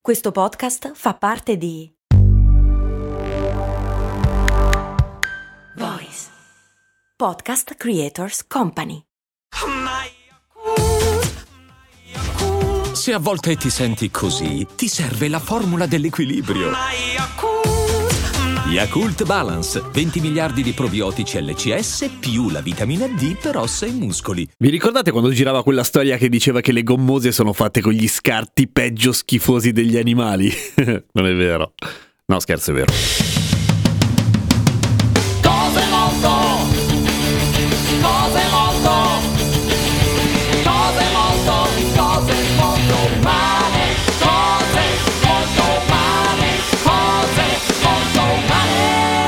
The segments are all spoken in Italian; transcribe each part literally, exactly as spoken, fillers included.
Questo podcast fa parte di Voice Podcast Creators Company. Se a volte ti senti così, ti serve la formula dell'equilibrio. Yakult Balance, venti miliardi di probiotici L C S più la vitamina D per ossa e muscoli. Vi ricordate quando girava quella storia che diceva che le gommose sono fatte con gli scarti peggio schifosi degli animali? Non è vero. No, scherzo, è vero. Cose molto, cose molto, cose molto, cose molto umane, cose molto umane, cose molto umane.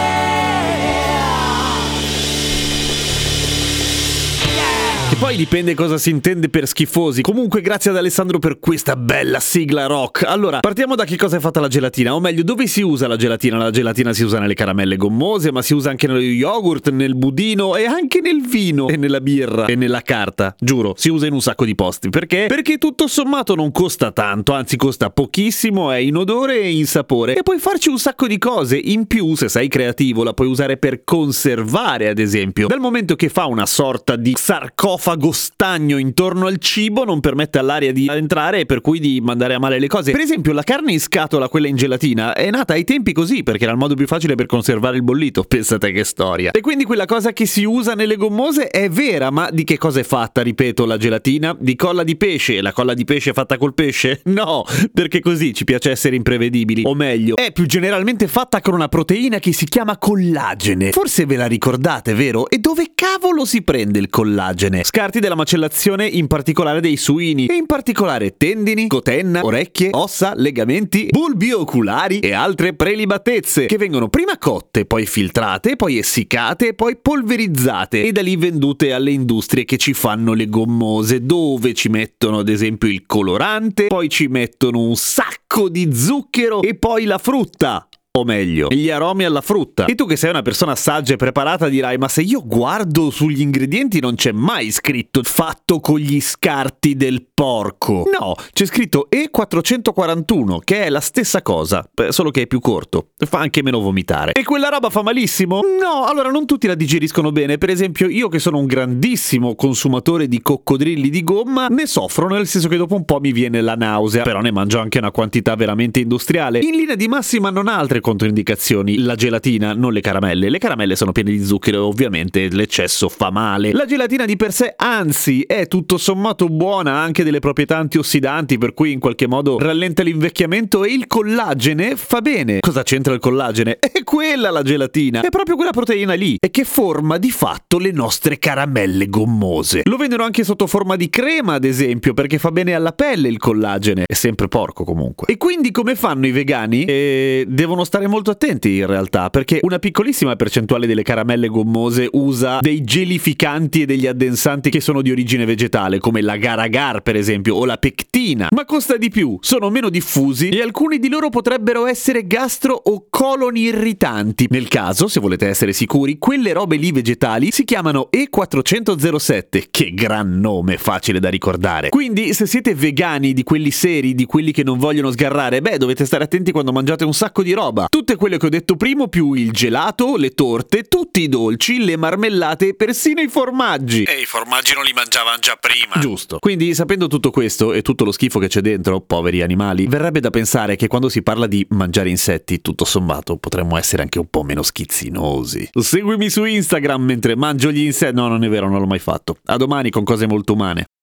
Che poi dipende cosa si intende per schifosi. Comunque grazie ad Alessandro per questa bella sigla rock. Allora, partiamo da che cosa è fatta la gelatina, o meglio, dove si usa la gelatina? La gelatina si usa nelle caramelle gommose, ma si usa anche nello yogurt, nel budino e anche nel vino e nella birra e nella carta. Giuro, si usa in un sacco di posti. Perché? Perché tutto sommato non costa tanto, anzi costa pochissimo, è inodore e in sapore e puoi farci un sacco di cose. In più, se sei creativo, la puoi usare per conservare, ad esempio. Dal momento che fa una sorta di sarcofago stagno intorno al cibo, non permette all'aria di entrare e per cui di mandare a male le cose. Per esempio, la carne in scatola, quella in gelatina, è nata ai tempi così perché era il modo più facile per conservare il bollito. Pensate che storia. E quindi quella cosa che si usa nelle gommose è vera, ma di che cosa è fatta, ripeto, la gelatina? Di colla di pesce. E la colla di pesce è fatta col pesce? No, perché così ci piace essere imprevedibili. O meglio, è più generalmente fatta con una proteina che si chiama collagene. Forse ve la ricordate, vero? E dove cavolo si prende il collagene? Scarti della macellazione, in particolare dei suini, e in particolare tendini, cotenna, orecchie, ossa, legamenti, bulbi oculari e altre prelibatezze, che vengono prima cotte, poi filtrate, poi essiccate, poi polverizzate e da lì vendute alle industrie che ci fanno le gommose, dove ci mettono ad esempio il colorante, poi ci mettono un sacco di zucchero e poi la frutta. O meglio, gli aromi alla frutta. E tu che sei una persona saggia e preparata dirai: ma se io guardo sugli ingredienti non c'è mai scritto fatto con gli scarti del porco. No, c'è scritto E quattrocentoquarantuno, che è la stessa cosa, solo che è più corto, fa anche meno vomitare. E quella roba fa malissimo? No, allora non tutti la digeriscono bene. Per esempio io, che sono un grandissimo consumatore di coccodrilli di gomma, ne soffro, nel senso che dopo un po' mi viene la nausea, però ne mangio anche una quantità veramente industriale. In linea di massima non ha altre controindicazioni la gelatina, non le caramelle. Le caramelle sono piene di zucchero e ovviamente l'eccesso fa male. La gelatina di per sé, anzi, è tutto sommato buona, ha anche delle proprietà antiossidanti, per cui in qualche modo rallenta l'invecchiamento, e il collagene fa bene. Cosa c'entra il collagene? È quella la gelatina, è proprio quella proteina lì, e che forma di fatto le nostre caramelle gommose. Lo vendono anche sotto forma di crema, ad esempio, perché fa bene alla pelle il collagene. È sempre porco comunque. E quindi come fanno i vegani? E devono stare molto attenti in realtà, perché una piccolissima percentuale delle caramelle gommose usa dei gelificanti e degli addensanti che sono di origine vegetale, come l'agar-agar per esempio, o la pectina, ma costa di più, sono meno diffusi e alcuni di loro potrebbero essere gastro o coloni irritanti. Nel caso, se volete essere sicuri, quelle robe lì vegetali si chiamano E quattrocentosette, che gran nome, facile da ricordare. Quindi se siete vegani, di quelli seri, di quelli che non vogliono sgarrare, beh, dovete stare attenti quando mangiate un sacco di roba. Tutte quelle che ho detto prima, più il gelato, le torte, tutti i dolci, le marmellate e persino i formaggi. E i formaggi non li mangiavano già prima. Giusto. Quindi, sapendo tutto questo e tutto lo schifo che c'è dentro, poveri animali, verrebbe da pensare che quando si parla di mangiare insetti, tutto sommato, potremmo essere anche un po' meno schizzinosi. Seguimi su Instagram mentre mangio gli insetti. No, non è vero, non l'ho mai fatto. A domani con cose molto umane.